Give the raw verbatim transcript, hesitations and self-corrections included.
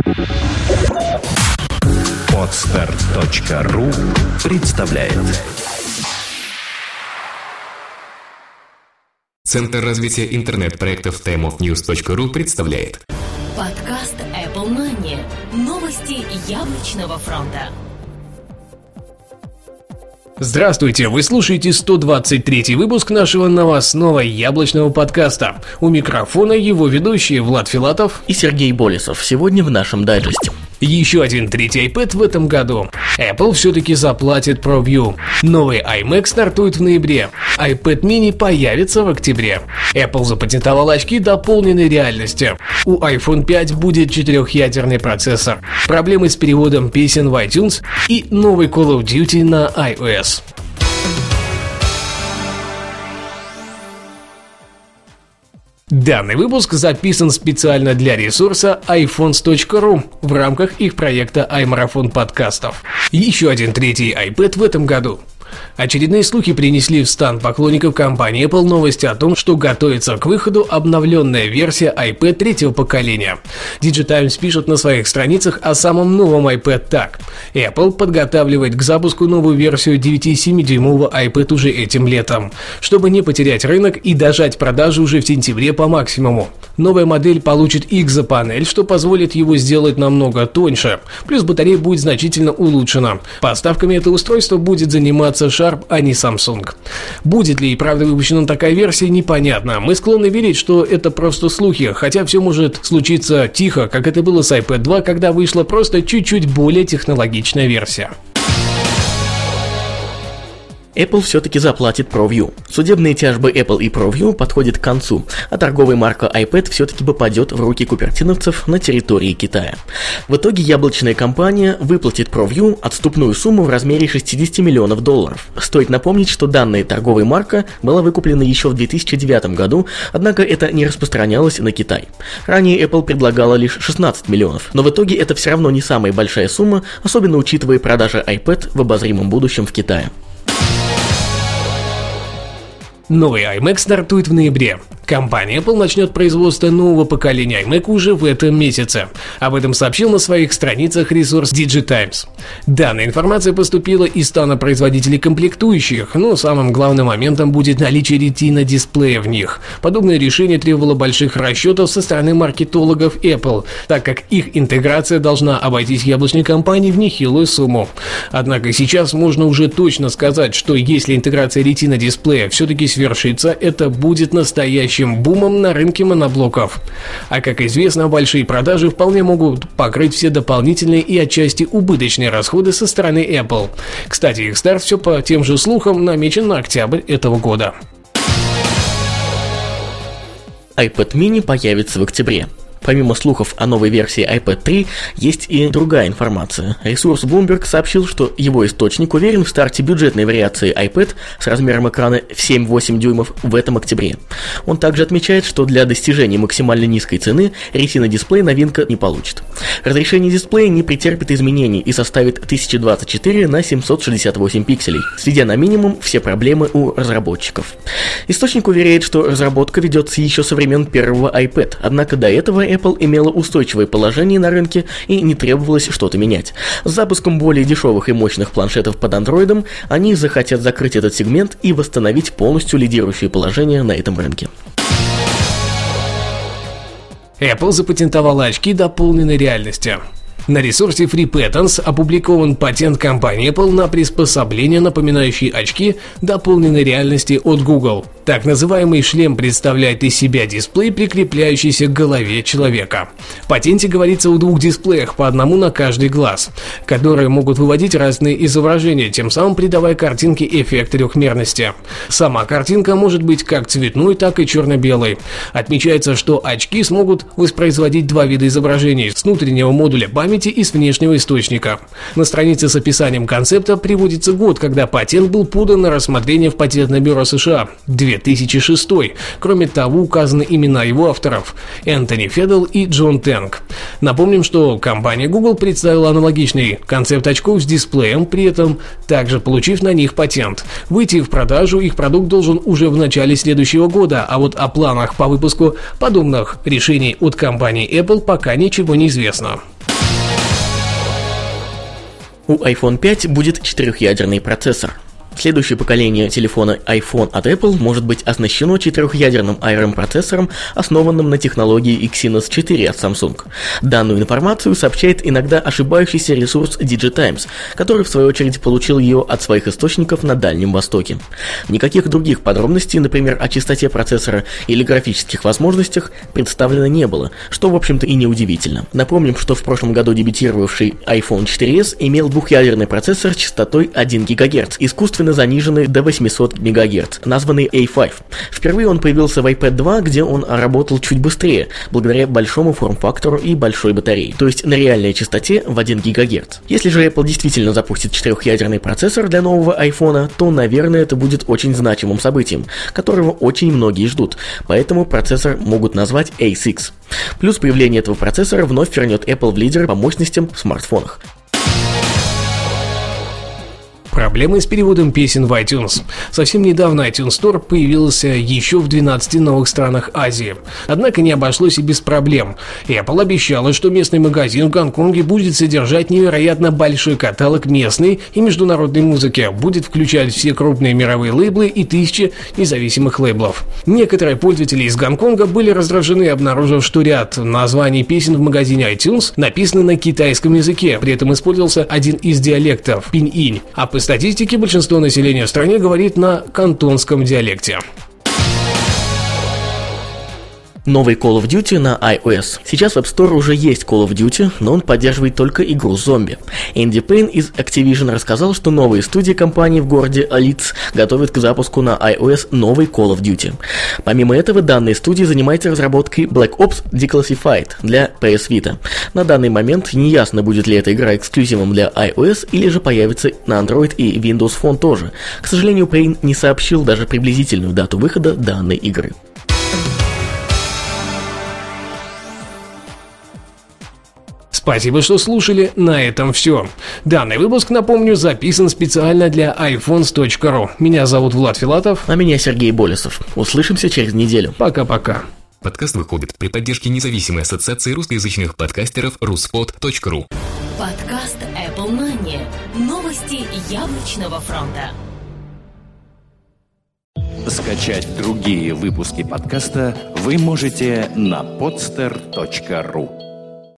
Подстарт точка ру представляет. Центр развития интернет-проектов таймофньюз точка ру представляет подкаст Apple Money. Новости яблочного фронта. Здравствуйте, вы слушаете сто двадцать третий выпуск нашего новостного яблочного подкаста. У микрофона его ведущие Влад Филатов и Сергей Болесов. Сегодня в нашем дайджесте. Еще один третий iPad в этом году. Apple все-таки заплатит ProView. Новый iMac стартует в ноябре. iPad mini появится в октябре. Apple запатентовал очки дополненной реальности. У iPhone пять будет четырехъядерный процессор. Проблемы с переводом песен в iTunes и новый Call of Duty на iOS. Данный выпуск записан специально для ресурса айфонс точка ру в рамках их проекта iMarathon подкастов. Еще один третий iPad в этом году. Очередные слухи принесли в стан поклонников компании Apple новости о том, что готовится к выходу обновленная версия iPad третьего поколения. Digitimes пишет на своих страницах о самом новом iPad так. Apple подготавливает к запуску новую версию девять целых семь дюймового iPad уже этим летом, чтобы не потерять рынок и дожать продажи уже в сентябре по максимуму. Новая модель получит экзопанель, что позволит его сделать намного тоньше, плюс батарея будет значительно улучшена. Поставками этого устройства будет заниматься Sharp, а не Samsung. Будет ли и правда выпущена такая версия, непонятно. Мы склонны верить, что это просто слухи, хотя все может случиться тихо, как это было с iPad два, когда вышла просто чуть-чуть более технологичная версия. Apple все-таки заплатит ProView. Судебные тяжбы Apple и ProView подходят к концу, а торговая марка iPad все-таки попадет в руки купертиновцев на территории Китая. В итоге яблочная компания выплатит ProView отступную сумму в размере шестьдесят миллионов долларов. Стоит напомнить, что данная торговая марка была выкуплена еще в две тысячи девятом году, однако это не распространялось на Китай. Ранее Apple предлагала лишь шестнадцать миллионов, но в итоге это все равно не самая большая сумма, особенно учитывая продажи iPad в обозримом будущем в Китае. Новый iMac стартует в ноябре. Компания Apple начнет производство нового поколения iMac уже в этом месяце. Об этом сообщил на своих страницах ресурс Digitimes. Данная информация поступила из стана производителей комплектующих, но самым главным моментом будет наличие ретина-дисплея в них. Подобное решение требовало больших расчетов со стороны маркетологов Apple, так как их интеграция должна обойтись яблочной компании в нехилую сумму. Однако сейчас можно уже точно сказать, что если интеграция ретина-дисплея все-таки свершится, это будет настоящим бумом на рынке моноблоков. А как известно, большие продажи вполне могут покрыть все дополнительные и отчасти убыточные расходы со стороны Apple. Кстати, их старт, все по тем же слухам, намечен на октябрь этого года. iPad mini появится в октябре. Помимо слухов о новой версии iPad три, есть и другая информация. Ресурс Bloomberg сообщил, что его источник уверен в старте бюджетной вариации iPad с размером экрана в семь-восемь дюймов в этом октябре. Он также отмечает, что для достижения максимально низкой цены Retina-дисплей новинка не получит. Разрешение дисплея не претерпит изменений и составит тысяча двадцать четыре на семьсот шестьдесят восемь пикселей, сведя на минимум все проблемы у разработчиков. Источник уверяет, что разработка ведется еще со времен первого iPad, однако до этого Apple имела устойчивое положение на рынке и не требовалось что-то менять. С запуском более дешевых и мощных планшетов под Android они захотят закрыть этот сегмент и восстановить полностью лидирующее положение на этом рынке. Apple запатентовала очки дополненной реальности. На ресурсе Free Patents опубликован патент компании Apple на приспособление, напоминающее очки дополненной реальности от Google. Так называемый шлем представляет из себя дисплей, прикрепляющийся к голове человека. В патенте говорится о двух дисплеях, по одному на каждый глаз, которые могут выводить разные изображения, тем самым придавая картинке эффект трехмерности. Сама картинка может быть как цветной, так и черно-белой. Отмечается, что очки смогут воспроизводить два вида изображений с внутреннего модуля памяти и с внешнего источника. На странице с описанием концепта приводится год, когда патент был подан на рассмотрение в Патентное бюро США – две тысячи шестой. Кроме того, указаны имена его авторов – Энтони Федел и Джон Тэнг. Напомним, что компания Google представила аналогичный концепт очков с дисплеем, при этом также получив на них патент. Выйти в продажу их продукт должен уже в начале следующего года, а вот о планах по выпуску подобных решений от компании Apple пока ничего не известно. У iPhone пять будет четырехъядерный процессор. Следующее поколение телефона iPhone от Apple может быть оснащено четырехъядерным эй ар эм-процессором, основанным на технологии Exynos четыре от Samsung. Данную информацию сообщает иногда ошибающийся ресурс DigiTimes, который в свою очередь получил ее от своих источников на Дальнем Востоке. Никаких других подробностей, например, о частоте процессора или графических возможностях, представлено не было, что в общем-то и неудивительно. Напомним, что в прошлом году дебютировавший iPhone четыре эс имел двухъядерный процессор с частотой один гигагерц, искусственно заниженный до восемьсот мегагерц, названный эй пять. Впервые он появился в iPad два, где он работал чуть быстрее, благодаря большому форм-фактору и большой батарее, то есть на реальной частоте в один гигагерц. Если же Apple действительно запустит четырехъядерный процессор для нового iPhone, то, наверное, это будет очень значимым событием, которого очень многие ждут, поэтому процессор могут назвать эй шесть. Плюс появление этого процессора вновь вернет Apple в лидеры по мощностям в смартфонах. Проблемы с переводом песен в iTunes. Совсем недавно iTunes Store появился еще в двенадцати новых странах Азии. Однако не обошлось и без проблем. Apple обещала, что местный магазин в Гонконге будет содержать невероятно большой каталог местной и международной музыки, будет включать все крупные мировые лейблы и тысячи независимых лейблов. Некоторые пользователи из Гонконга были раздражены, обнаружив, что ряд названий песен в магазине iTunes написаны на китайском языке, при этом использовался один из диалектов – пинь-инь, а по статистике большинство населения в стране говорит на кантонском диалекте. Новый Call of Duty на iOS. Сейчас в App Store уже есть Call of Duty, но он поддерживает только игру зомби. Энди Пейн из Activision рассказал, что новые студии компании в городе Лидс готовят к запуску на iOS новый Call of Duty. Помимо этого, данная студия занимается разработкой Black Ops Declassified для пи эс Vita. На данный момент неясно, будет ли эта игра эксклюзивом для iOS или же появится на Android и Windows Phone тоже. К сожалению, Пейн не сообщил даже приблизительную дату выхода данной игры. Спасибо, что слушали. На этом все. Данный выпуск, напомню, записан специально для айфонс точка ру. Меня зовут Влад Филатов. А меня Сергей Болесов. Услышимся через неделю. Пока-пока. Подкаст выходит при поддержке независимой ассоциации русскоязычных подкастеров руспод точка ру. Подкаст Apple Money. Новости яблочного фронта. Скачать другие выпуски подкаста вы можете на подстер точка ру.